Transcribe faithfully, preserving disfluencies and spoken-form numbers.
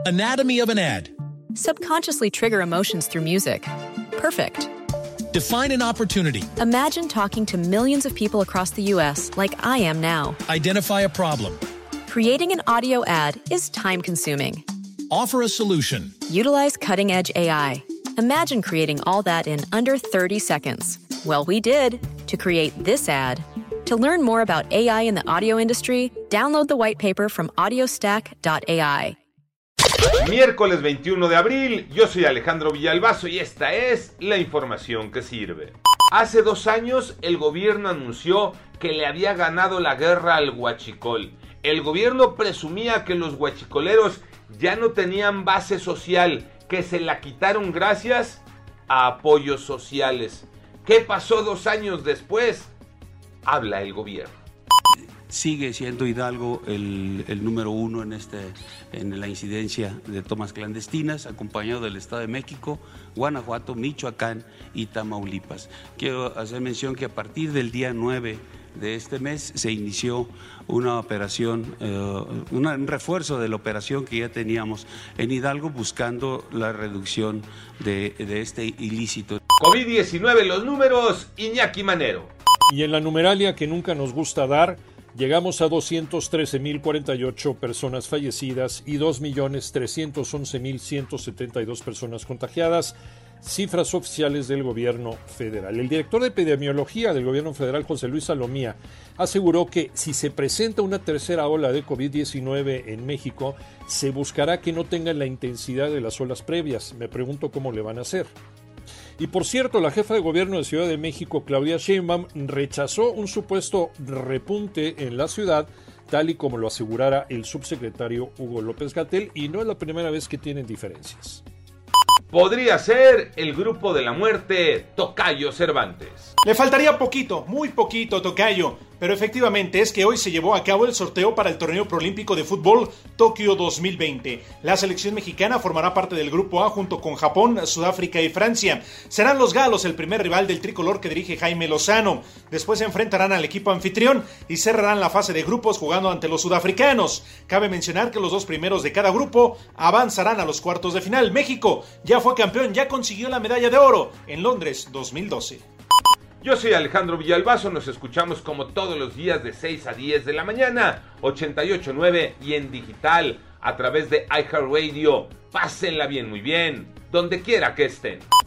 Anatomy of an ad. Subconsciously trigger emotions through music. Perfect. Define an opportunity. Imagine talking to millions of people across the U S like I am now. Identify a problem. Creating an audio ad is time-consuming. Offer a solution. Utilize cutting-edge A I. Imagine creating all that in under thirty seconds. Well, we did to create this ad. To learn more about A I in the audio industry, download the white paper from audiostack dot A I. Miércoles veintiuno de abril, yo soy Alejandro Villalbazo y esta es la información que sirve. Hace dos años el gobierno anunció que le había ganado la guerra al huachicol. El gobierno presumía que los huachicoleros ya no tenían base social, que se la quitaron gracias a apoyos sociales. ¿Qué pasó dos años después? Habla el gobierno. Sigue siendo Hidalgo el, el número uno en, este, en la incidencia de tomas clandestinas, acompañado del Estado de México, Guanajuato, Michoacán y Tamaulipas. Quiero hacer mención que a partir del día nueve de este mes se inició una operación, eh, una, un refuerzo de la operación que ya teníamos en Hidalgo buscando la reducción de, de este ilícito. COVID diecinueve, los números, Iñaki Manero. Y en la numeralia que nunca nos gusta dar, llegamos a doscientos trece mil cuarenta y ocho personas fallecidas y dos millones trescientos once mil ciento setenta y dos personas contagiadas, cifras oficiales del gobierno federal. El director de epidemiología del gobierno federal, José Luis Salomía, aseguró que si se presenta una tercera ola de COVID diecinueve en México, se buscará que no tengan la intensidad de las olas previas. Me pregunto cómo le van a hacer. Y por cierto, la jefa de gobierno de Ciudad de México, Claudia Sheinbaum, rechazó un supuesto repunte en la ciudad, tal y como lo asegurara el subsecretario Hugo López-Gatell, y no es la primera vez que tienen diferencias. Podría ser el grupo de la muerte Tocayo Cervantes. Le faltaría poquito, muy poquito, Tocayo, pero efectivamente es que hoy se llevó a cabo el sorteo para el torneo proolímpico de fútbol Tokio dos mil veinte. La selección mexicana formará parte del grupo A junto con Japón, Sudáfrica y Francia. Serán los galos el primer rival del tricolor que dirige Jaime Lozano. Después se enfrentarán al equipo anfitrión y cerrarán la fase de grupos jugando ante los sudafricanos. Cabe mencionar que los dos primeros de cada grupo avanzarán a los cuartos de final. México ya fue campeón, ya consiguió la medalla de oro en Londres dos mil doce. Yo soy Alejandro Villalbazo, nos escuchamos como todos los días de seis a diez de la mañana, ochenta y ocho punto nueve y en digital a través de iHeartRadio. Pásenla bien, muy bien, donde quiera que estén.